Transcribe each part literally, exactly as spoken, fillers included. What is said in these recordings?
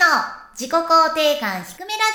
の自己肯定感低めラ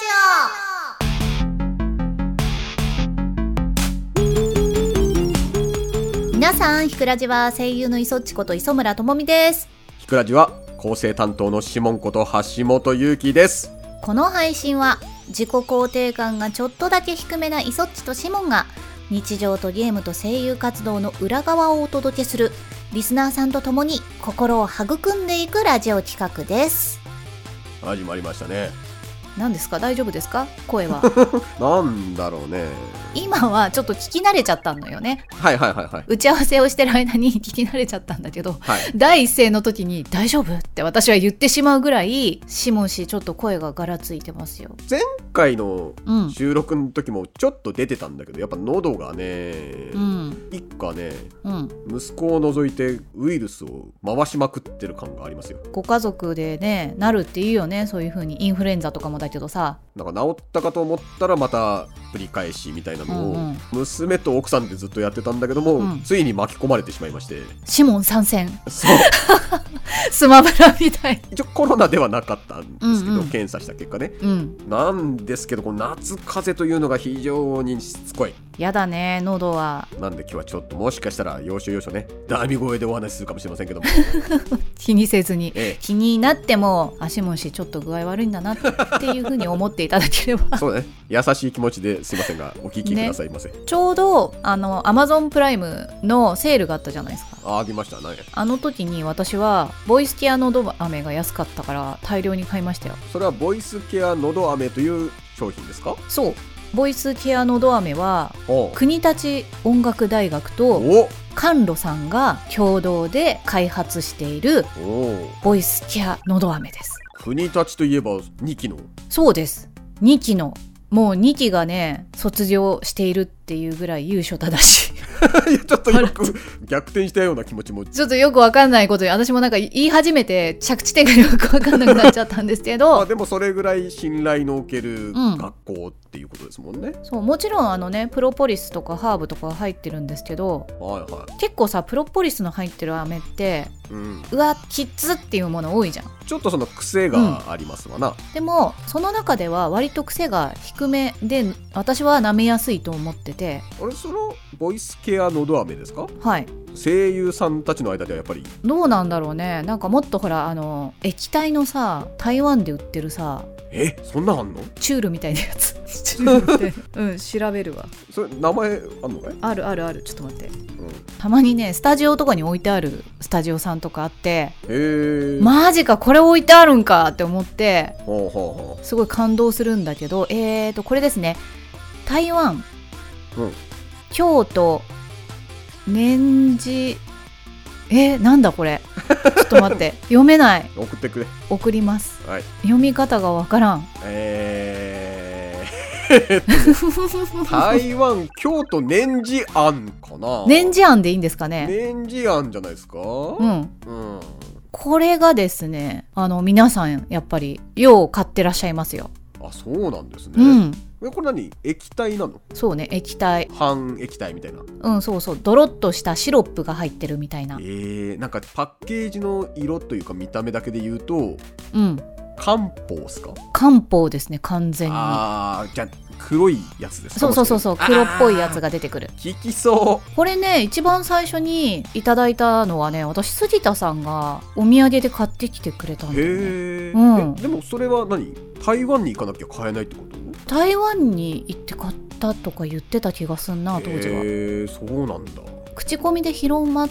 ジオ。皆さん、ひくラジは声優の磯っちこと磯村智美です。 ひくラジは構成担当のしもんこと橋本ゆうきです。 この配信は自己肯定感がちょっとだけ低めな磯っちとしもんが日常とゲームと声優活動の裏側をお届けするリスナーさんと共に心を育んでいくラジオ企画です。 始まりましたね。 何ですか、大丈夫ですか、声は。 なんだろうね。 今はちょっと聞き慣れちゃったのよね。 はいはいはいはい。 打ち合わせをしてる間に聞き慣れちゃったんだけど、 はい、 第一声の時に大丈夫って私は言ってしまうぐらいしもしちょっと声がガラついてますよ。 前回の収録の時もちょっと出てたんだけど、やっぱ喉がね、うん、一家ね、うん、息子を除いてウイルスを回しまくってる感がありますよ。 ご家族でねなるっていうよね、そういう風に。インフルエンザとかもだけどさ、 なんか治ったかと思ったらまた繰り返しみたいなのを、うんうん、娘と奥さんでずっとやってたんだけども、うん、ついに巻き込まれてしまいまして、 シモン参戦。 そうスマブラみたい。 一応コロナではなかったんですけど、うんうん、検査した結果ね、うん、なんですけどこの夏風邪というのが非常にしつこい。 やだね、喉は。 なんで今日はちょっともしかしたら要所要所ねダミ声でお話しするかもしれませんけども気にせずに、 ええ、 気になっても足もしちょっと具合悪いんだなっていう風に思っていただければそうね、優しい気持ちですいませんがお聞きくださいませ、ね、 ちょうどあの Amazon プライムのセールがあったじゃないですか。 あ、ありましたね。 あの時に私はボイスケアのど飴が安かったから大量に買いましたよ。 それはボイスケアのど飴という商品ですか？ そう、ボイスケアのど飴は国立音楽大学と甘露さんが共同で開発しているボイスケアのど飴です。 国立といえばにきの。 そうです、にきの。もうにきがね卒業しているっていうぐらい優秀正しいいやちょっとよく逆転したような気持ちもちょっとよくわかんないことに私もなんか言い始めて着地点がよくわかんなくなっちゃったんですけどまあでもそれぐらい信頼のおける学校っていうことですもんね、うん、 そう、もちろんあのねプロポリスとかハーブとか入ってるんですけど、はいはい、結構さプロポリスの入ってる飴って、うん、うわキッズっていうもの多いじゃん。 ちょっとその癖がありますわな、うん、 でもその中では割と癖が低めで私は舐めやすいと思ってて。 あれ、そのボイスケアのど飴ですか？ はい。 声優さんたちの間ではやっぱりどうなんだろうね。なんかもっとほらあの液体のさ台湾で売ってるさ、 え、そんなあんの？ チュールみたいなやつチュールってうん調べるわ。 それ名前あんのかい？ あるあるある、ちょっと待って、うん、たまにねスタジオとかに置いてあるスタジオさんとかあって、へー、マジかこれ置いてあるんかって思ってほうほうほうすごい感動するんだけど、えーとこれですね、台湾、うん、京都、年次、えー、なんだこれちょっと待って読めない。 送ってくれ。送ります、 はい、 読み方がわからん。 えー、台湾、京都、年次庵かな。 年次庵でいいんですかね。 年次庵じゃないですか。うん、うん、 これがですね、あの皆さんやっぱりよう買ってらっしゃいますよ。 あ、そうなんですね、 うん、 これ何、液体なの？ そうね、液体、 半液体みたいな。うん、 そうそう、ドロッとしたシロップが入ってるみたいな。 えー、なんかパッケージの色というか見た目だけで言うと、うん、漢方ですか？漢方ですね、完全に。 あー、じゃあ黒いやつですか？ そうそうそうそう、黒っぽいやつが出てくる。 効きそう。 これね、一番最初にいただいたのはね、私杉田さんがお土産で買ってきてくれたんだよね。 へー、うん、え、でもそれは何、台湾に行かなきゃ買えないってこと？ 台湾に行って買ったとか言ってた気がすんな、当時は。 へー、そうなんだ。 口コミで広まって、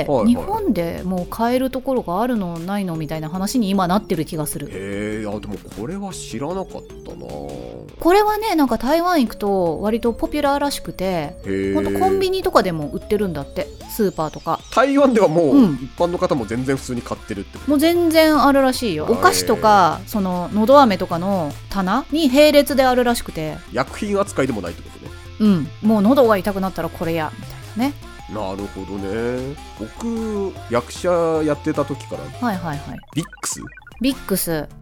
はいはい、日本でもう買えるところがあるのないのみたいな話に今なってる気がする。 へー、あ、でもこれは知らなかったな。 これはね、なんか台湾行くと割とポピュラーらしくて、ほんとコンビニとかでも売ってるんだって、スーパーとか。 台湾ではもう、うん、一般の方も全然普通に買ってるってこと？ もう全然あるらしいよ。お菓子とかそののど飴とかの棚に並列であるらしくて、 薬品扱いでもないってことね。 うん、もう喉が痛くなったらこれやみたいなね。 なるほどね。僕役者やってた時から、 はいはいはい、 ビックスビックスビッ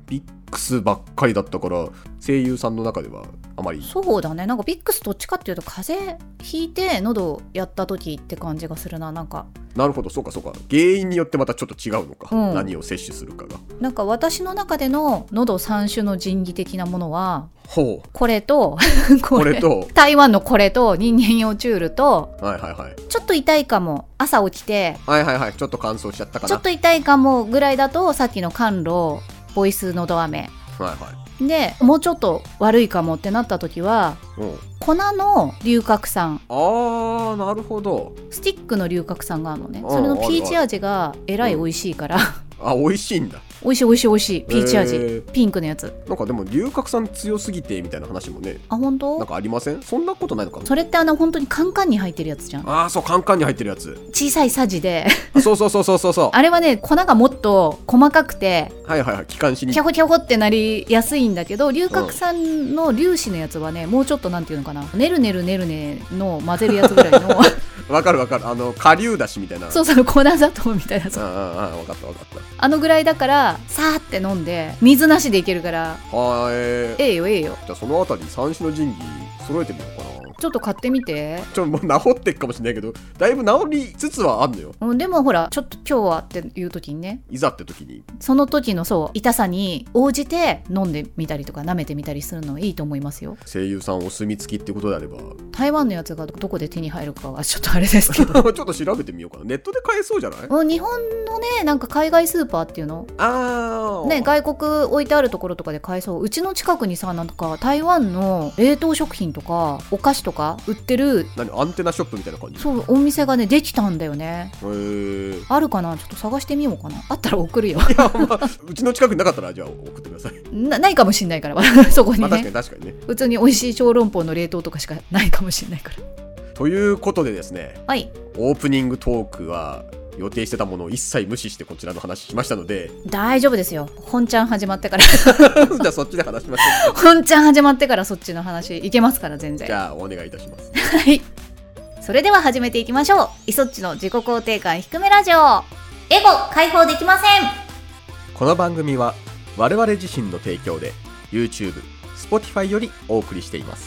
クスばっかりだったから声優さんの中ではあまり。 そうだね、なんかビックスどっちかっていうと風邪ひいて喉やった時って感じがするな。なんかなるほど、そうかそうか、原因によってまたちょっと違うのか、うん、何を摂取するかが。 なんか私の中での喉三種の神器的なものはほうこれとこれと台湾のこれと人間用チュールと、はいはいはい、ちょっと痛いかも朝起きて、 はいはいはい、ちょっと乾燥しちゃったかな、 ちょっと痛いかもぐらいだとさっきの甘露ボイスのど飴、はいはい、でもうちょっと悪いかもってなった時は、うん、粉の龍角散。 あー、なるほど。 スティックの龍角散があるのね。それのピーチ味がえらい美味しいから、 うん、あ、美味しいんだ。 美味しい美味しい美味しいピーチ味、えー、ピンクのやつ。 なんかでも龍角散強すぎてみたいな話もね。 あ、本当？ なんかありません？そんなことないのかな。 それってあの本当にカンカンに入ってるやつじゃん。 あー、そう、カンカンに入ってるやつ、 小さいさじでそうそうそうそうそうそうあれはね、粉がもっと細かくて、 はいはいはい、気管支にキャホキャホってなりやすいんだけど、龍角散の粒子のやつはね、もうちょっとなんていうのかな、ねるねるねるねの混ぜるやつぐらいのわかるわかる、あの顆粒だしみたいな。 そうそう、粉砂糖みたいな。 あああ、わかったわかった。 あのぐらいだからさーって飲んで水なしでいけるから、 あ、えー、 ええよええよ。 じゃあそのあたり三種の神器揃えてみようかな。 ちょっと買ってみて。 ちょっともう治ってっかもしれないけど、だいぶ治りつつはあんのよ、 うん、でもほらちょっと今日はっていう時にね、 いざって時にその時のそう痛さに応じて飲んでみたりとか舐めてみたりするのいいと思いますよ。 声優さんお墨付きってことであれば、 台湾のやつがどこで手に入るかはちょっとあれですけどちょっと調べてみようかな。ネットで買えそうじゃない？ もう日本のね、なんか海外スーパーっていうの、あ、ね、外国置いてあるところとかで買えそう。うちの近くにさ、なんか台湾の冷凍食品とかお菓子とか売ってる、 何、アンテナショップみたいな感じ？ そう、お店がねできたんだよね。 へー、 あるかな、ちょっと探してみようかな。あったら送るよ。 いや、まあ、うちの近くになかったらじゃあ送ってください。 な, ないかもしんないからそこにね、まあ、 確かに確かにね、 普通に美味しい小籠包の冷凍とかしかないかもしんないから。 ということでですね、 はい、 オープニングトークは予定してたものを一切無視してこちらの話しましたので、 大丈夫ですよ。本ちゃん始まってからじゃあそっちで話しましょう。 本ちゃん始まってからそっちの話いけますから全然。 じゃあお願いいたします。 はい、それでは始めていきましょう。イソッチの自己肯定感低めラジオ。エゴ解放できません。 この番組は我々自身の提供で YouTube、Spotify よりお送りしています。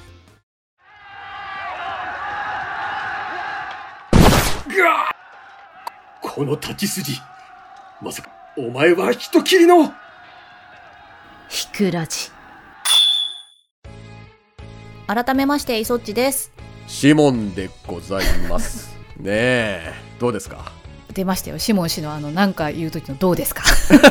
この立ち筋、まさかお前は人斬りのひくラジ。改めましてイソッチです。 シモンでございますねえ、どうですか？ 出ましたよ、シモン氏のあの何か言う時のどうですか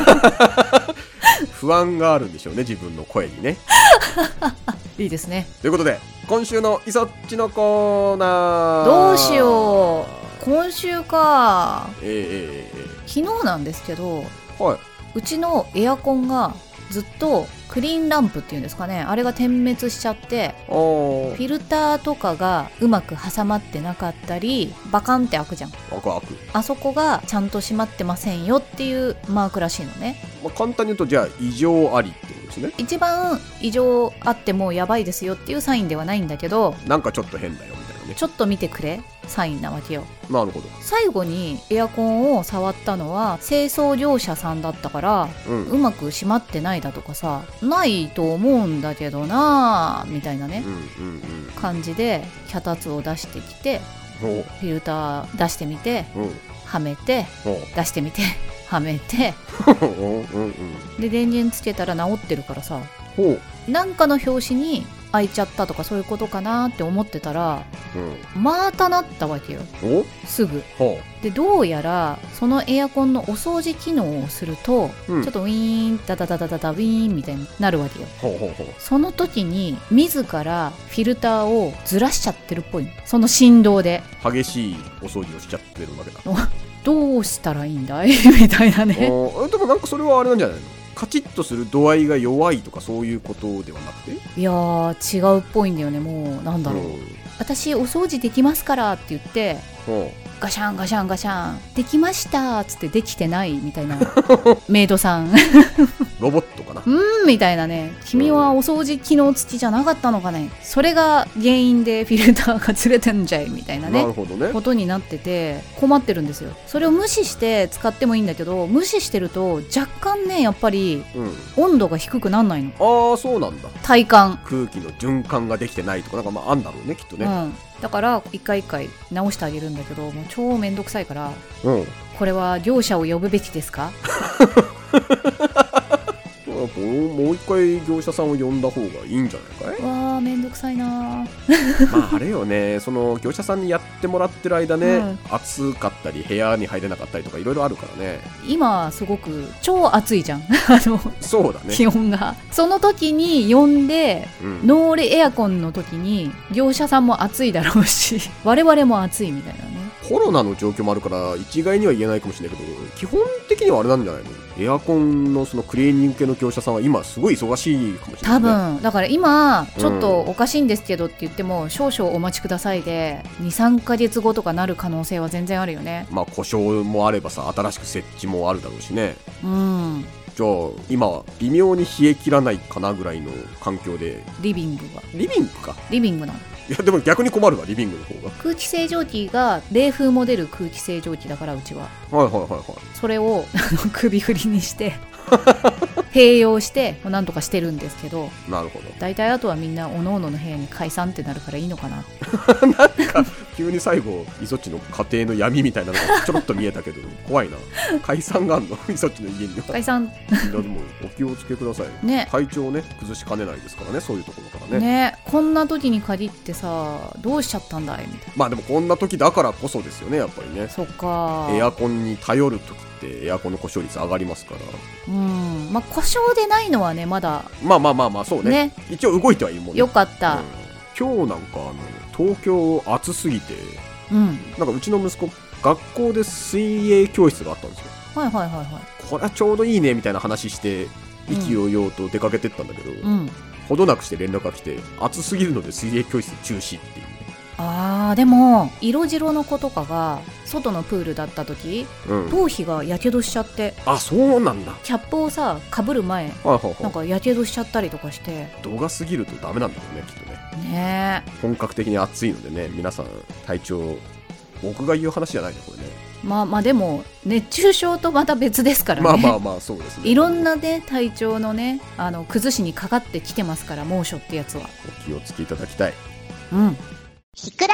不安があるんでしょうね、自分の声にねいいですね。 ということで今週のイソッチのコーナー、 どうしよう、今週か、 えーえーえー、 昨日なんですけど、 はい、 うちのエアコンがずっとクリーンランプっていうんですかね、あれが点滅しちゃって、フィルターとかがうまく挟まってなかったり、バカンって開くじゃん。 開く開く。 あそこがちゃんと閉まってませんよっていうマークらしいのね。 まあ、簡単に言うとじゃあ異常ありってことですね。 一番異常あってもやばいですよっていうサインではないんだけど、 なんかちょっと変だよみたいなね、 ちょっと見てくれサインなわけよ。 なるほど。 最後にエアコンを触ったのは清掃業者さんだったから、うん、うまく閉まってないだとかさ、ないと思うんだけどなみたいなね、うんうんうん、感じで脚立を出してきて、フィルター出してみて、はめて、出してみてはめてで電源つけたら治ってるからさ、なんかの拍子に開いちゃったとかそういうことかなって思ってたら、うん、またなったわけよ、すぐ。でどうやらそのエアコンのお掃除機能をすると、うん、ちょっとウィーンダダダダダダウィーンみたいになるわけよ。ほうほうほう。その時に自らフィルターをずらしちゃってるっぽい、その振動で激しいお掃除をしちゃってるわけだどうしたらいいんだいみたいなね。でもなんかそれはあれなんじゃないの、カチッとする度合いが弱いとかそういうことではなくて、 いやー違うっぽいんだよね。もうなんだろう、うん、私お掃除できますからって言ってガシャンガシャンガシャンできましたっつってできてないみたいなメイドさんロボットかなうんみたいなね。君はお掃除機能付きじゃなかったのかね、それが原因でフィルターがずれてんじゃいみたいなね、 なるほどねことになってて困ってるんですよ。それを無視して使ってもいいんだけど、無視してると若干ねやっぱり温度が低くなんないの、 うん、ああそうなんだ。 体感空気の循環ができてないとかなんかまああんだろうねきっとね、うん、 だから一回一回直してあげるんだけど、もう超めんどくさいから、 うん、 これは業者を呼ぶべきですかもう一回業者さんを呼んだ方がいいんじゃないかい。 わあめんどくさいなまああれよね、その業者さんにやってもらってる間ね、うん、暑かったり部屋に入れなかったりとかいろいろあるからね。 今すごく超暑いじゃんあのそうだね、 気温が。その時に呼んで、うん、ノーレエアコンの時に業者さんも暑いだろうし我々も暑いみたいなね。 コロナの状況もあるから一概には言えないかもしれないけど、基本的にはあれなんじゃないの。エアコンのそのクリーニング系の業者さんは今すごい忙しいかもしれない、ね、 多分だから今ちょっとおかしいんですけどって言っても、うん、少々お待ちくださいで にさんかげつごとかなる可能性は全然あるよね。 まあ故障もあればさ、新しく設置もあるだろうしね。 うんじゃあ今は微妙に冷え切らないかなぐらいの環境で。 リビングはリビングかリビングなの。 いやでも逆に困るわ、リビングの方が。 空気清浄機が冷風も出る空気清浄機だから、うちははいはいはいはい。 それを首振りにして併用してなんとかしてるんですけど。 なるほど。 大体あとはみんなおのおのの部屋に解散ってなるからいいのかななんか急に最後イソッチの家庭の闇みたいなのがちょろっと見えたけど怖いな。解散があんのイソッチの家には。 解散。 いやでもお気をつけくださいね。体調をね崩しかねないですからね、そういうところからね。 ね、こんな時に限ってさどうしちゃったんだいみたいな。 まあでもこんな時だからこそですよね、やっぱりね。 そっか。 エアコンに頼る時ってエアコンの故障率上がりますから。 うん、まあ故障でないのはねまだまあまあまあまあそうね、ね、一応動いてはいるもんね。 よかった、 うん、今日なんかあの東京暑すぎて、うん、なんかうちの息子学校で水泳教室があったんですよ。 はいはいはいはい。 これはちょうどいいねみたいな話して意気揚々と出かけてったんだけど、うん、ほどなくして連絡が来て暑すぎるので水泳教室中止っていう。 あーでも色白の子とかが外のプールだった時、うん、頭皮がやけどしちゃって。 あ、そうなんだ。 キャップをさかぶる前、はいはいはい、なんかやけどしちゃったりとかして。 度が過ぎるとダメなんだろうねきっとね。 ねえ、 本格的に暑いのでね、皆さん体調、僕が言う話じゃないねこれね。 まあまあでも熱中症とまた別ですからね。 まあまあまあそうですね。 いろんなね体調のねあの崩しにかかってきてますから、猛暑ってやつは。 お気をつけいただきたい。 うん。ひくら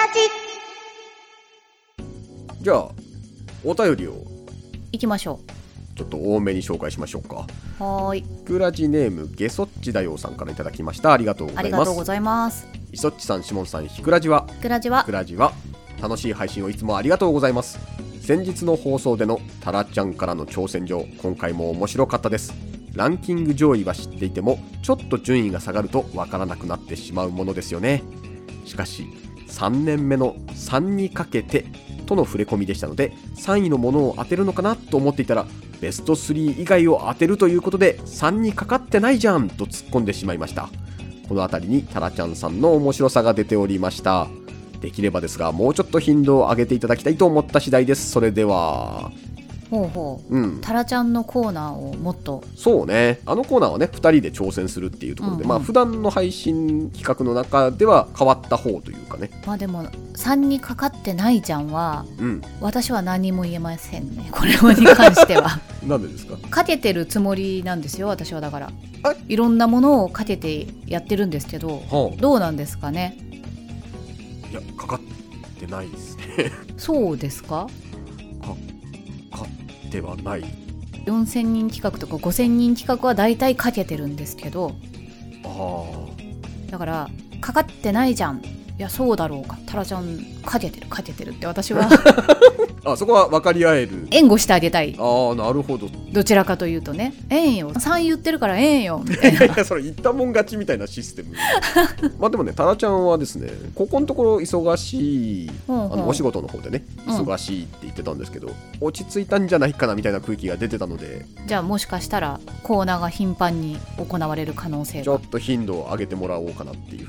じじゃあお便りをいきましょう。ちょっと多めに紹介しましょうか。 はい。 ひくらじネームゲソッチだよさんからいただきました。ありがとうございます。 ありがとうございます。 いそっちさん、しもんさん、ひくらじは。 ひくらじは。 ひくらじは。楽しい配信をいつもありがとうございます。先日の放送でのタラちゃんからの挑戦状、今回も面白かったです。ランキング上位は知っていてもちょっと順位が下がるとわからなくなってしまうものですよね。しかしさんねんめのさんにかけてとの触れ込みでしたので、さんいのものを当てるのかなと思っていたら、ベストスリー以外を当てるということでさんにかかってないじゃんと突っ込んでしまいました。このあたりにタラちゃんさんの面白さが出ておりました。できればですがもうちょっと頻度を上げていただきたいと思った次第です。それでは。 ほうほう、うん、タラちゃんのコーナーをもっと。 そうね、あのコーナーはねふたりで挑戦するっていうところで、うんうん、まあ普段の配信企画の中では変わった方というかね。 まあでもさんにかかってないじゃんは、うん、私は何も言えませんね、これに関しては。 なんでですか。 かけてるつもりなんですよ私は。だからいろんなものをかけてやってるんですけど、はあ、どうなんですかね。 いやかかってないですね。 そうですか。 かかってはない。 よんせんにん企画とかごせんにん企画はだいたいかけてるんですけど、 あだからかかってないじゃん、いやそうだろうか、タラちゃんかけてるかけてるって私はあ、そこは分かり合える、 援護してあげたい。 ああなるほど。 どちらかというとね、ええんよさん言ってるからええんよみたいな。 いやそれ言ったもん勝ちみたいなシステム。まあでもねタラちゃんはですねここのところ忙しい、うんうん、あのお仕事の方でね忙しいって言ってたんですけど、うん、落ち着いたんじゃないかなみたいな空気が出てたので、 じゃあもしかしたらコーナーが頻繁に行われる可能性が、 ちょっと頻度を上げてもらおうかなっていうふうに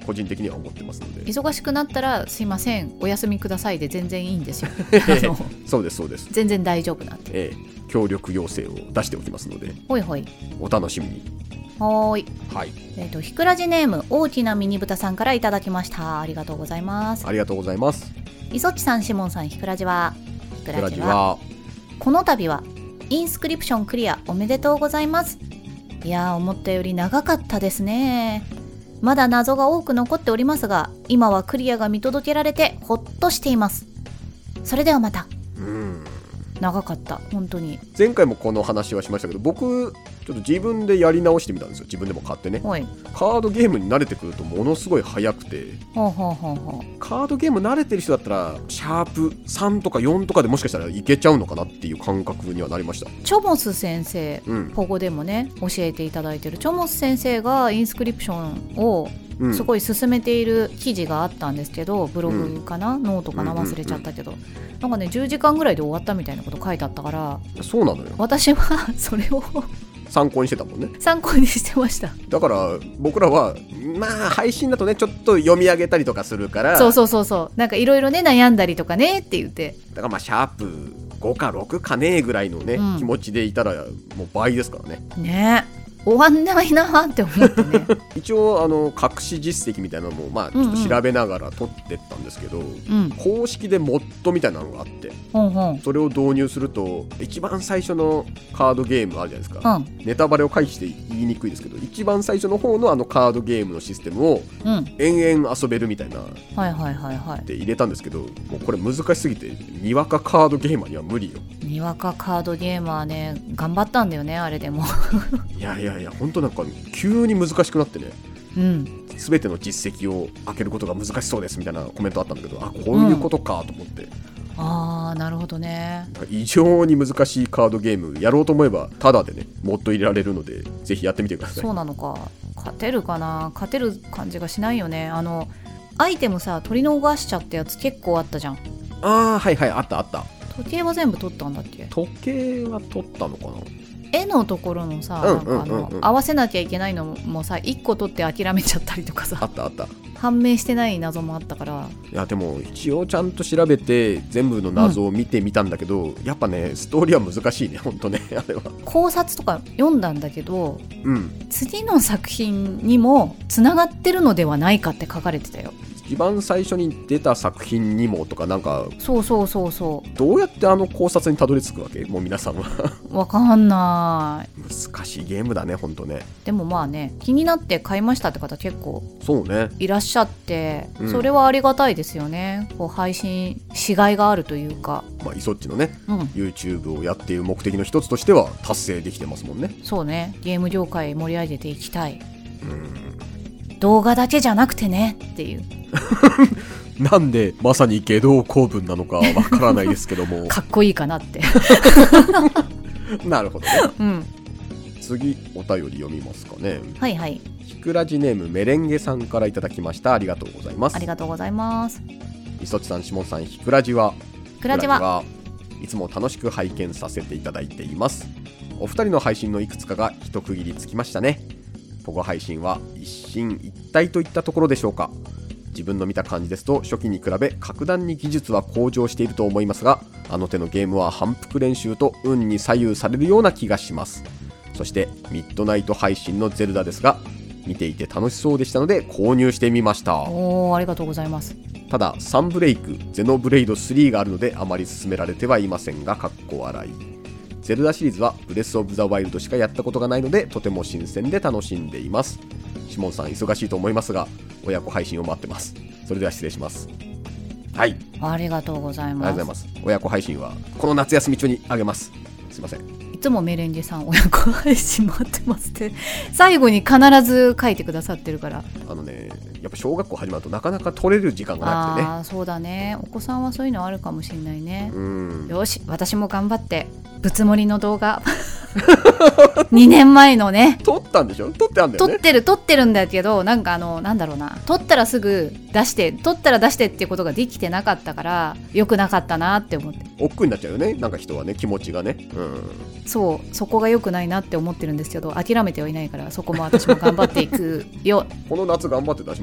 個人的には思ってますので、 忙しくなったらすいませんお休みくださいで全然いいんですよあのそうですそうです、 全然大丈夫なんで、 ええ、協力要請を出しておきますので、 ほいほい、 お楽しみに。 はーい、 はい、 えーとひくらじネーム大きなミニブタさんからいただきました。ありがとうございます。 ありがとうございます。 いそっちさん、しもんさん、ひくらじはひくらじはこの度はインスクリプションクリアおめでとうございます。いやー、思ったより長かったですね。まだ謎が多く残っておりますが、今はクリアが見届けられてほっとしています。それではまた。 うーん、 長かった本当に。 前回もこの話はしましたけど、僕ちょっと自分でやり直してみたんですよ。自分でも買ってね。カードゲームに慣れてくるとものすごい早くて、 ほうほうほうほう、 カードゲーム慣れてる人だったらシャープさんとかよんとかでもしかしたらいけちゃうのかなっていう感覚にはなりました。 チョモス先生、 うん、 ここでもね教えていただいてるチョモス先生がインスクリプションをすごい進めている記事があったんですけど、ブログかな、うん、ノートかな、忘れちゃったけど、うんうんうん、なんかねじゅうじかんぐらいで終わったみたいなこと書いてあったから。 そうなのよ。 私はそれを参考にしてたもんね。 参考にしてました。 だから僕らはまあ配信だとねちょっと読み上げたりとかするから、 そうそうそうそう、なんかいろいろね悩んだりとかねって言って、 だからまあシャープごかろくかねぐらいのね、うん、気持ちでいたらもう倍ですからね。 ねえ、終わんないなって思ってね一応あの隠し実績みたいなのもまあちょっと調べながら取ってったんですけど、うんうん、公式でモッドみたいなのがあって、うんうん、それを導入すると一番最初のカードゲームあるじゃないですか、うん、ネタバレを回避して言いにくいですけど、一番最初の方のあのカードゲームのシステムを延々遊べるみたいなって入れたんですけど、もうこれ難しすぎてにわかカードゲーマーには無理よ。 にわかカードゲーマーね頑張ったんだよねあれでもいやいやいや本当なんか急に難しくなってね、 うん、 全ての実績を開けることが難しそうですみたいなコメントあったんだけど、あこういうことかと思って、うん、 あーなるほどね。 異常に難しいカードゲームやろうと思えばタダでねモッド入れられるのでぜひやってみてください。 そうなのか、勝てるかな。勝てる感じがしないよね。あのアイテムさ取り逃しちゃったやつ結構あったじゃん。 あーはいはいあったあった。 時計は全部取ったんだっけ。 時計は取ったのかな。 絵のところのさ、なんかあの合わせなきゃいけないのもさいっこ取って諦めちゃったりとかさ、 あったあった。 判明してない謎もあったから。 いやでも一応ちゃんと調べて全部の謎を見てみたんだけど、うん、やっぱねストーリーは難しいね本当ねあれは。 考察とか読んだんだけど、 うん、 次の作品にもつながってるのではないかって書かれてたよ。 一番最初に出た作品にもとかなんか、 そうそうそうそう、 どうやってあの考察にたどり着くわけもう皆さんはわかんない。 難しいゲームだねほんとね。 でもまあね気になって買いましたって方結構そうねいらっしゃって、うん、それはありがたいですよね。こう配信しがいがあるというか、 まあイソッチのね、 うん、 YouTube をやっている目的の一つとしては達成できてますもんね。 そうね、ゲーム業界盛り上げていきたい。 うん、 動画だけじゃなくてねっていうなんでまさに下道公文なのかわからないですけどもかっこいいかなってなるほどね、 うん、 次お便り読みますかね。 はいはい。 ひくらじネームメレンゲさんからいただきました。ありがとうございます。 ありがとうございます。 いそちさん、しもんさん、ひくらじはひくらじはいつも楽しく拝見させていただいています。お二人の配信のいくつかが一区切りつきましたね。ポゴ配信は一進一退といったところでしょうか。自分の見た感じですと初期に比べ格段に技術は向上していると思いますが、あの手のゲームは反復練習と運に左右されるような気がします。そしてミッドナイト配信のゼルダですが、見ていて楽しそうでしたので購入してみました。 おー、ありがとうございます。 ただサンブレイク、ゼノブレイドスリーがあるのであまり進められてはいませんが、かっこ笑い。ゼルダシリーズはブレスオブザワイルドしかやったことがないのでとても新鮮で楽しんでいます。シモンさん忙しいと思いますが親子配信を待ってます。それでは失礼します。はい、 ありがとうございます。 ありがとうございます。親子配信はこの夏休み中にあげます。すいません。 いつもメレンゲさん親子配信待ってますって最後に必ず書いてくださってるから。 あのね、やっぱ小学校始まるとなかなか取れる時間がなくてね。 ああ、そうだね。お子さんはそういうのあるかもしれないね。 うん、 よし、私も頑張ってぶつもりの動画にねんまえのね撮ったんでしょ。撮ってあんだよね。 撮ってる撮ってるんだけど、なんかあのなんだろうな、撮ったらすぐ出して撮ったら出してっていうことができてなかったから良くなかったなって思って。 億劫になっちゃうよね、なんか人はね、気持ちがね、うん、 そうそこが良くないなって思ってるんですけど、諦めてはいないからそこも私も頑張っていくよこの夏頑張って出しましょ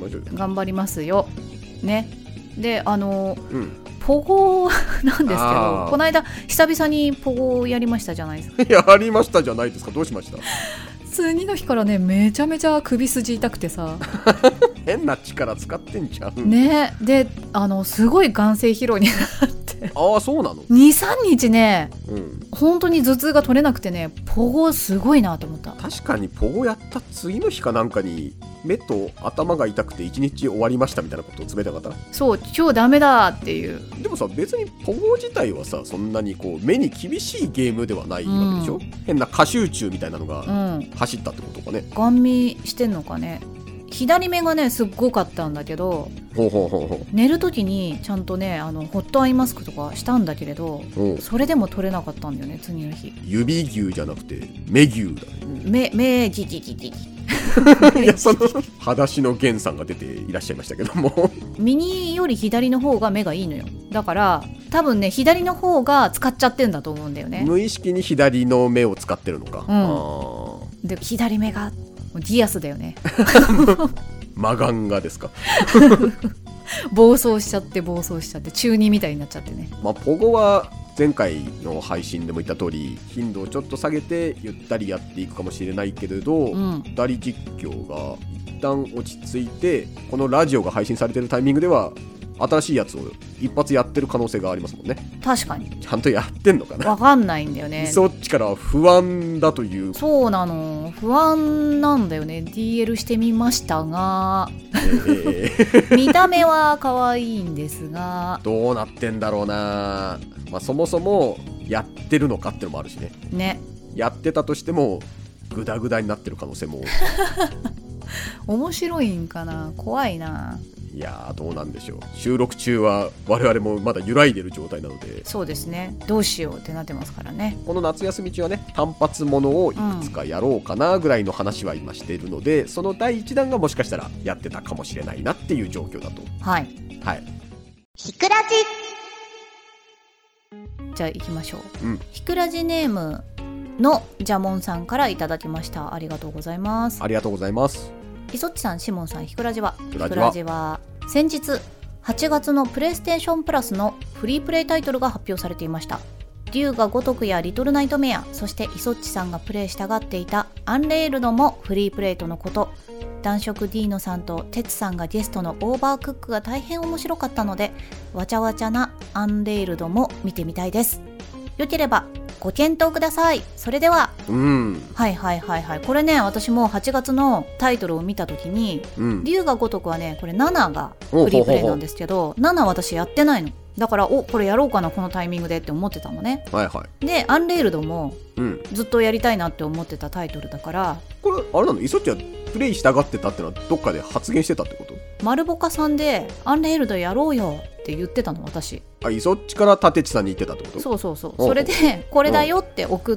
ましょうよ。 頑張りますよね。であの、 うん、 ポゴなんですけど、この間久々にポゴやりましたじゃないですか。やりましたじゃないですか。どうしました？ 次の日からねめちゃめちゃ首筋痛くてさ変な力使ってんじゃんね。であのすごい眼性疲労になってああそうなの。 にさんにちね、 うん、 本当に頭痛が取れなくてね、ポゴすごいなと思った。 確かにポゴやった次の日かなんかに目と頭が痛くていちにち終わりましたみたいなことを詰めた方。 そう、今日ダメだっていう。 でもさ別にポゴ自体はさそんなにこう目に厳しいゲームではないわけでしょ、うん、変な過集中みたいなのが走ったってことかね、 うん、ガン見してんのかね。左目がねすっごかったんだけど、 ほうほうほうほう、 寝るときにちゃんとねあのホットアイマスクとかしたんだけれど、それでも取れなかったんだよね次の日。 指牛じゃなくて目牛だね。 目目ギギギギいやその裸足の源さんが出ていらっしゃいましたけども右より左の方が目がいいのよ。だから多分ね左の方が使っちゃってんだと思うんだよね。 無意識に左の目を使ってるのか、 うん、あで左目がギアスだよねマガンガですか暴走しちゃって暴走しちゃって中二みたいになっちゃってね。 まあポゴは前回の配信でも言った通り頻度をちょっと下げてゆったりやっていくかもしれないけれど、うん、ふたり実況が一旦落ち着いてこのラジオが配信されてるタイミングでは新しいやつを一発やってる可能性がありますもんね。 確かにちゃんとやってんのかな。 わかんないんだよね。 そっちからは不安だという。 そうなの、不安なんだよね。 ディーエル してみましたが、えー、見た目は可愛いんですがどうなってんだろうな。まあ、そもそもやってるのかってのもあるしね。 ね、 やってたとしてもグダグダになってる可能性も面白いんかな、怖いな。 いやーどうなんでしょう。収録中は我々もまだ揺らいでる状態なので。 そうですね、どうしようってなってますからね。 この夏休み中はね単発ものをいくつかやろうかなぐらいの話は今しているので、うん、そのだいいちだんがもしかしたらやってたかもしれないなっていう状況だと。 はいはい。 ひくらじじゃあ行きましょう、 うん、 ひくらじネームのジャモンさんからいただきました。ありがとうございます。 ありがとうございます。 いそっちさん、シモンさん、ひくらじは。 ひくらじは、 ひくらじは先日はちがつのプレイステーションプラスのフリープレイタイトルが発表されていました。竜が如くやリトルナイトメア、そしていそっちさんがプレイしたがっていたアンレールドもフリープレイとのこと。男色ディーノさんとテツさんがゲストのオーバークックが大変面白かったので、わちゃわちゃなアンレールドも見てみたいです。よければご検討ください。それでは。 うん、 はいはいはいはい。これね、私もはちがつのタイトルを見たときに、うん、竜が如くはね、これなながフリープレイなんですけど、ほうほうほう、なな私やってないの。だからおこれやろうかなこのタイミングでって思ってたのね。 はいはい。 でアンレールドもずっとやりたいなって思ってたタイトルだから、 これあれなの、イソッチはプレイしたがってたってのはどっかで発言してたってこと？ 丸ボカさんでアンレールドやろうよって言ってたの私。 あ、イソッチから立地さんに言ってたってこと？ そうそうそう。それでこれだよって送って、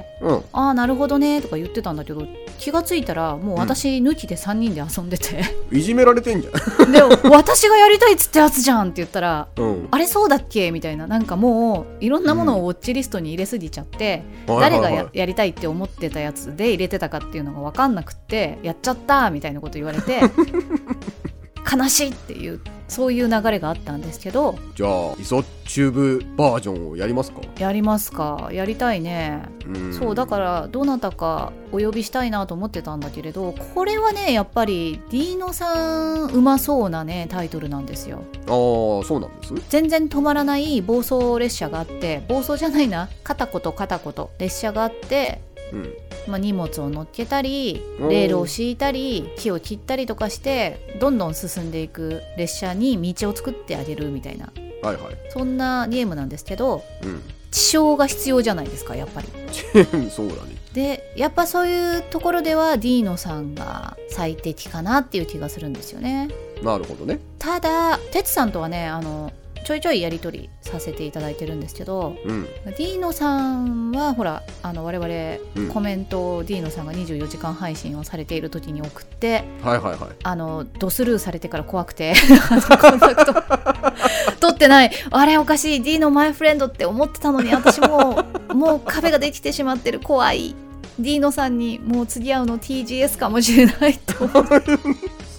うん、ああなるほどねとか言ってたんだけど、気がついたらもう私抜きでさんにんで遊んでて、 うん、いじめられてんじゃん。 でも私がやりたいっつってやつじゃんって言ったら、うん、あれそうだっけみたいな、なんかもういろんなものをウォッチリストに入れすぎちゃって、うん、誰が や, やりたいって思ってたやつで入れてたかっていうのが分かんなくってやっちゃったみたいなこと言われて悲しいっていう、そういう流れがあったんですけど、 じゃあイソッチューブバージョンをやりますか？ やりますか。やりたいね。うそうだからどなたかお呼びしたいなと思ってたんだけれど、これはねやっぱりディーノさんうまそうなねタイトルなんですよ。 ああそうなんです。 全然止まらない暴走列車があって、暴走じゃないな片言片言列車があって、うんまあ、荷物を乗っけたりレールを敷いたり木を切ったりとかしてどんどん進んでいく列車に道を作ってあげるみたいな、 はいはい、 そんなゲームなんですけど、 うん、 地匠が必要じゃないですかやっぱり。 そうだね。 でやっぱそういうところではディーノさんが最適かなっていう気がするんですよね。 なるほどね。 ただテツさんとはねあのちょいちょいやり取りさせていただいてるんですけど、うん、ディーノさんはほらあの我々コメントをディーノさんがにじゅうよじかん配信をされている時に送って、 はいはいはい、あのドスルーされてから怖くてコンタクト取ってない、あれおかしい、ディーノマイフレンドって思ってたのに私ももう壁ができてしまってる、怖い、ディーノさんにもう次会うの ティージーエス かもしれないと思って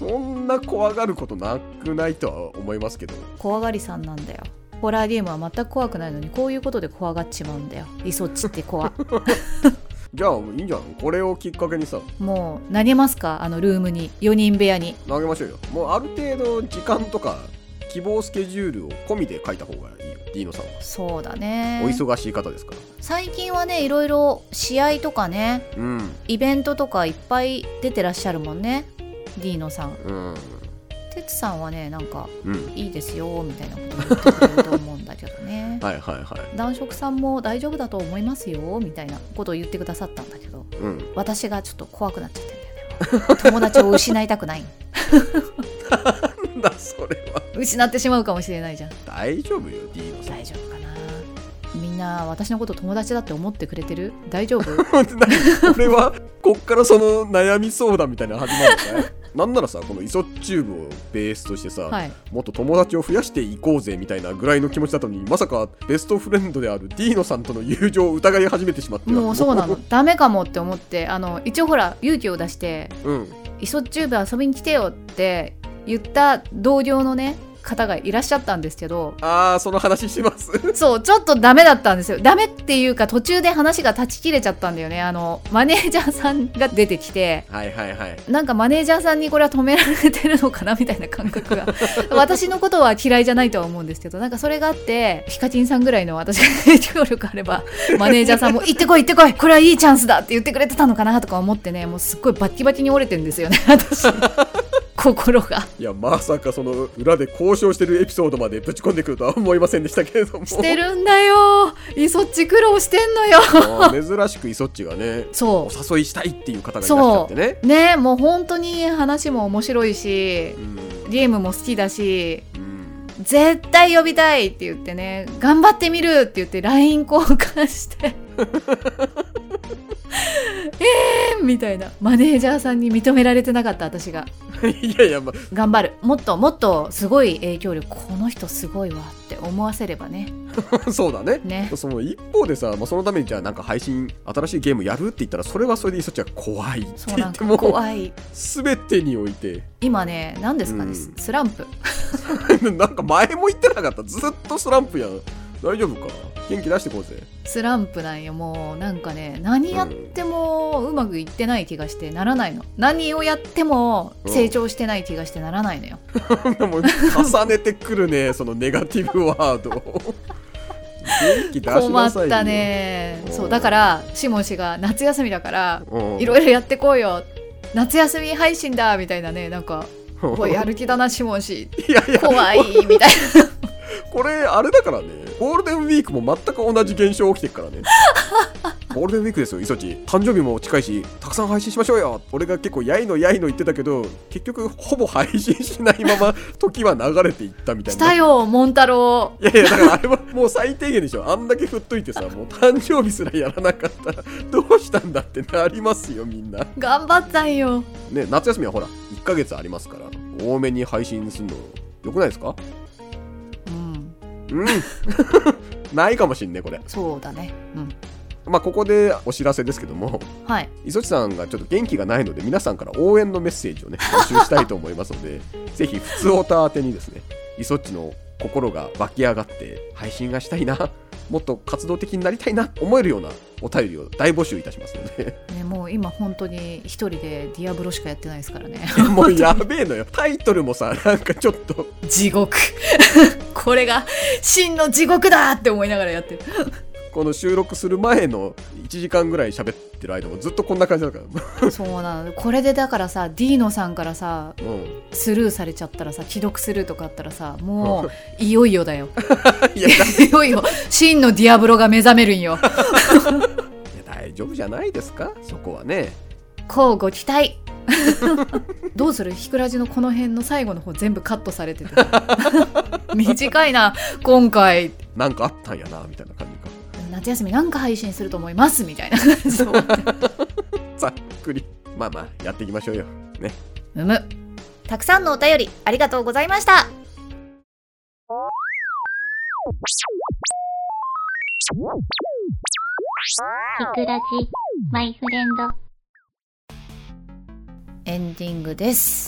そんな怖がることなくないとは思いますけど。 怖がりさんなんだよ。ホラーゲームは全く怖くないのにこういうことで怖がっちまうんだよ。イソッチって怖じゃあいいんじゃん。これをきっかけにさ、 もう投げますか、あのルームに、よにん部屋に投げましょうよ。もうある程度時間とか希望スケジュールを込みで書いた方がいいよ、ディーノさんは。 そうだね、 お忙しい方ですから。 最近はね、いろいろ試合とかね、うん、イベントとかいっぱい出てらっしゃるもんね、ディーノさん。うん、てつさんはね、なんか、うん、いいですよみたいなこと言ってくれると思うんだけどねはいはいはい。 男色さんも大丈夫だと思いますよみたいなことを言ってくださったんだけど、うん、私がちょっと怖くなっちゃってんだよね友達を失いたくないなんだそれは。 失ってしまうかもしれないじゃん。 大丈夫よ、ディーノさん。 大丈夫かな。みんな私のこと友達だって思ってくれてる？大丈夫？ これはこっからその悩み相談みたいなの始まるのかいなんならさ、このイソッチューブをベースとしてさ、はい、もっと友達を増やしていこうぜみたいなぐらいの気持ちだったのに、まさかベストフレンドであるディーノさんとの友情を疑い始めてしまって。 もうそうなのダメかもって思って、あの一応ほら勇気を出して、うん、イソッチューブ遊びに来てよって言った同僚のね方がいらっしゃったんですけど、 あーその話しますそうちょっとダメだったんですよ。ダメっていうか途中で話が断ち切れちゃったんだよね。あのマネージャーさんが出てきて、 はいはいはい、 なんかマネージャーさんにこれは止められてるのかなみたいな感覚が私のことは嫌いじゃないとは思うんですけど、なんかそれがあってヒカキンさんぐらいの私が影響力あればマネージャーさんも行ってこい行ってこいこれはいいチャンスだって言ってくれてたのかなとか思ってね、もうすっごいバッキバキに折れてるんですよね私心が。 いやまさかその裏で交渉してるエピソードまでぶち込んでくるとは思いませんでしたけれども。 してるんだよ、イソッチ苦労してんのよ珍しくイソッチがね、 そうお誘いしたいっていう方がいらっしゃってね。 ね、もう本当に話も面白いし、うん、ゲームも好きだし、うん、絶対呼びたいって言ってね、頑張ってみるって言って ライン 交換してえーみたいな、マネージャーさんに認められてなかった私がいやいや、ま、 頑張る、もっともっとすごい影響力、この人すごいわって思わせればねそうだね。 ね、 その一方でさ、まあ、そのためにじゃあなんか配信新しいゲームやるって言ったら、それはそれでイソッチは怖いって言っても怖い全てにおいて今ね、何ですかね、うん、スランプなんか前も言ってなかった、ずっとスランプやん。大丈夫か、元気出してこうぜ。 スランプなんよ。もうなんかね、何やってもうまくいってない気がしてならないの、うん、何をやっても成長してない気がしてならないのよ、 うん、でも重ねてくるねそのネガティブワード元気出しなさいよ。 困ったね。そうだからシモン氏が夏休みだからいろいろやってこうよ、夏休み配信だみたいなね、なんかやる気だなシモン氏、いやいや怖いみたいなこれあれだからね、ゴールデンウィークも全く同じ現象起きてるからねゴールデンウィークですよ、イソチ誕生日も近いし、たくさん配信しましょうよ。俺が結構やいのやいの言ってたけど、結局ほぼ配信しないまま時は流れていったみたいな。 したよモン太郎。 いやいや、だからあれはもう最低限でしょ。あんだけ振っといてさ、もう誕生日すらやらなかったらどうしたんだってなりますよ、みんな。 頑張ったんよね。夏休みはほらいっかげつありますから、多めに配信するのよくないですか？うんないかもしんねこれ。 そうだね。うん。 まあここでお知らせですけども、 はい。 イソチさんがちょっと元気がないので、皆さんから応援のメッセージをね募集したいと思いますのでぜひ普通オタ宛てにですね、イソチの心が湧き上がって配信がしたいな、もっと活動的になりたいな思えるようなお便りを大募集いたしますので、 ね、もう今本当に一人でディアブロしかやってないですからねもうやべえのよ。タイトルもさ、なんかちょっと地獄これが真の地獄だって思いながらやってるこの収録する前のいちじかんぐらい喋ってる間もずっとこんな感じだからそうなの。これでだからさ、ディーノさんからさ、うん、スルーされちゃったらさ、既読スルーとかあったらさ、もういよいよだよいやいよいよ真のディアブロが目覚めるんよいや大丈夫じゃないですか、そこはね。 こうご期待どうする、ひくらじのこの辺の最後の方全部カットされてて短いな今回、 なんかあったんやなみたいな感じか。 夏休みなんか配信すると思いますみたいな感じざっくり。まあまあやっていきましょうよね。 むむ。たくさんのお便りありがとうございました。 ひくらじマイフレンド。 エンディングです。 い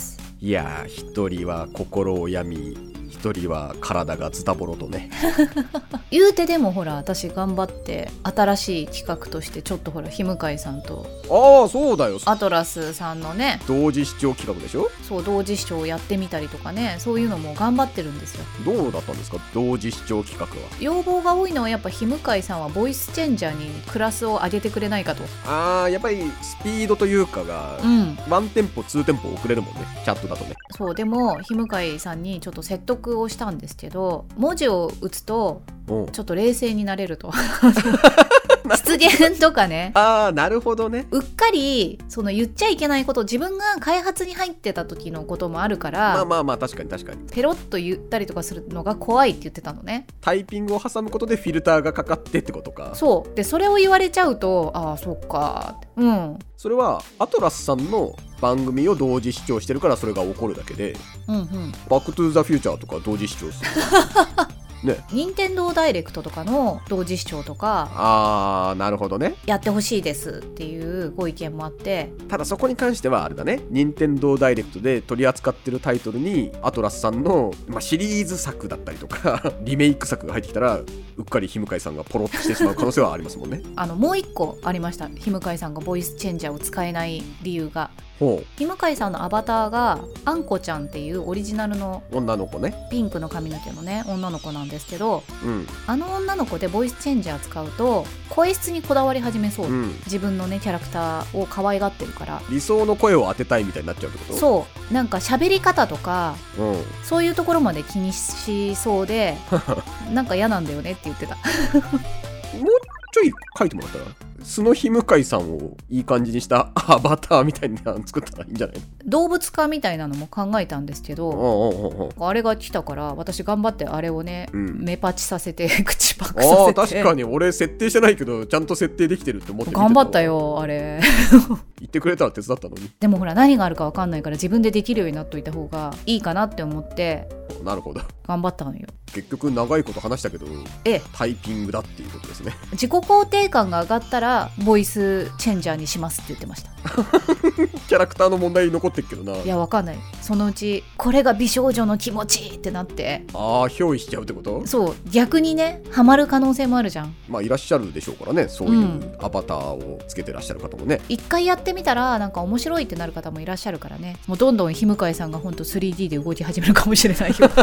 いやー、一人は心を病み、一人は体がズタボロとね言うてでもほら私頑張って新しい企画としてちょっとほら日向井さんとああそうだよアトラスさんのね同時視聴企画でしょ。 そう同時視聴をやってみたりとかね、そういうのも頑張ってるんですよ。 どうだったんですか同時視聴企画は。 要望が多いのはやっぱ日向井さんはボイスチェンジャーにクラスを上げてくれないかと。 ああやっぱりスピードというかが、うん、ワンテンポツーテンポ遅れるもんねチャットだとね。 そうでも日向井さんにちょっと説得をしたんですけど、文字を打つとちょっと冷静になれると失言とかね。 ああなるほどね。 うっかりその言っちゃいけないこと、自分が開発に入ってた時のこともあるから、 まあまあまあ確かに確かにペロッと言ったりとかするのが怖いって言ってたのね。 タイピングを挟むことでフィルターがかかってってことか。 そうでそれを言われちゃうとああそっかって。うん。 それはアトラスさんの番組を同時視聴してるからそれが起こるだけで、うんうん、バックトゥーザフューチャーとか同時視聴するね、 任天堂ダイレクトとかの同時視聴とかあーなるほどねやってほしいですっていうご意見もあって、 ただそこに関してはあれだね、任天堂ダイレクトで取り扱ってるタイトルにアトラスさんの、まあ、シリーズ作だったりとかリメイク作が入ってきたらうっかり日向井さんがポロッとしてしまう可能性はありますもんねあのもう一個ありました。日向井さんがボイスチェンジャーを使えない理由が、 ほう日向井さんのアバターがあんこちゃんっていうオリジナルの女の子ね、 ピンクの髪の毛のね女の子なんですけど、 うん、 あの女の子でボイスチェンジャー使うと声質にこだわり始めそう、うん、自分のねキャラクターを可愛がってるから理想の声を当てたいみたいになっちゃうってこと。 そうなんか喋り方とか、うん、そういうところまで気にしそうでなんか嫌なんだよねって言ってたもうちょい書いてもらったら素の日向井さんをいい感じにしたアバターみたいなの作ったらいいんじゃない。 動物化みたいなのも考えたんですけど、おうおうおうあれが来たから私頑張ってあれをね、うん、目パチさせて口パクさせて。 あ確かに俺設定してないけどちゃんと設定できてるって思って見てた。 頑張ったよあれ言ってくれたら手伝ったのに。 でもほら何があるか分かんないから自分でできるようになっといた方がいいかなって思ってなるほど頑張ったのよ。 結局長いこと話したけど、ええ、タイピングだっていうことですね。 自己肯定感が上がったらボイスチェンジャーにしますって言ってましたキャラクターの問題残ってるけどな。 いやわかんない、そのうちこれが美少女の気持ちってなってああ憑依しちゃうってこと。 そう逆にねハマる可能性もあるじゃん。 まあいらっしゃるでしょうからね、そういうアバターをつけてらっしゃる方もね、 一、うん、回やってみたらなんか面白いってなる方もいらっしゃるからね。もうどんどん日向井さんがほんと スリーディー で動き始めるかもしれないよ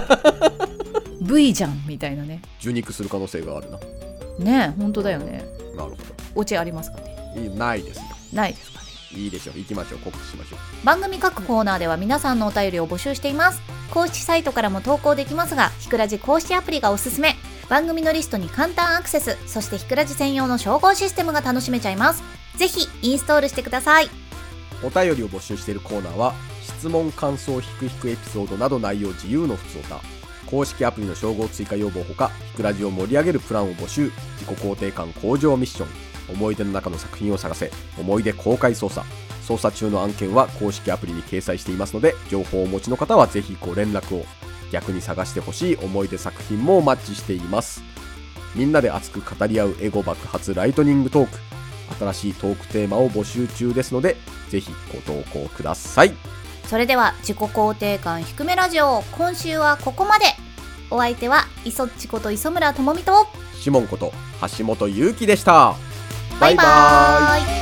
V じゃんみたいなね。 受肉する可能性があるな。 ねえ本当だよね。 なるほど。 オチありますかね。 ないですよ。 ないですかね。 いいでしょう。行きましょう。告知しましょう。 番組各コーナーでは皆さんのお便りを募集しています。公式サイトからも投稿できますが、ひくらじ公式アプリがおすすめ。番組のリストに簡単アクセス、そしてひくらじ専用の照合システムが楽しめちゃいます。ぜひインストールしてください。 お便りを募集しているコーナーは質問感想ひくひくエピソードなど内容自由のふつおた、公式アプリの称号追加要望ほかひくらじを盛り上げるプランを募集、自己肯定感向上ミッション、思い出の中の作品を探せ、思い出公開捜査、捜査中の案件は公式アプリに掲載していますので、情報をお持ちの方はぜひご連絡を。逆に探してほしい思い出作品もお待ちしています。みんなで熱く語り合うエゴ爆発ライトニングトーク、新しいトークテーマを募集中ですのでぜひご投稿ください。 それでは自己肯定感低めラジオ、今週はここまで。お相手は磯っちこと磯村智美とシモンこと橋本ゆうきでした。バイバーイ。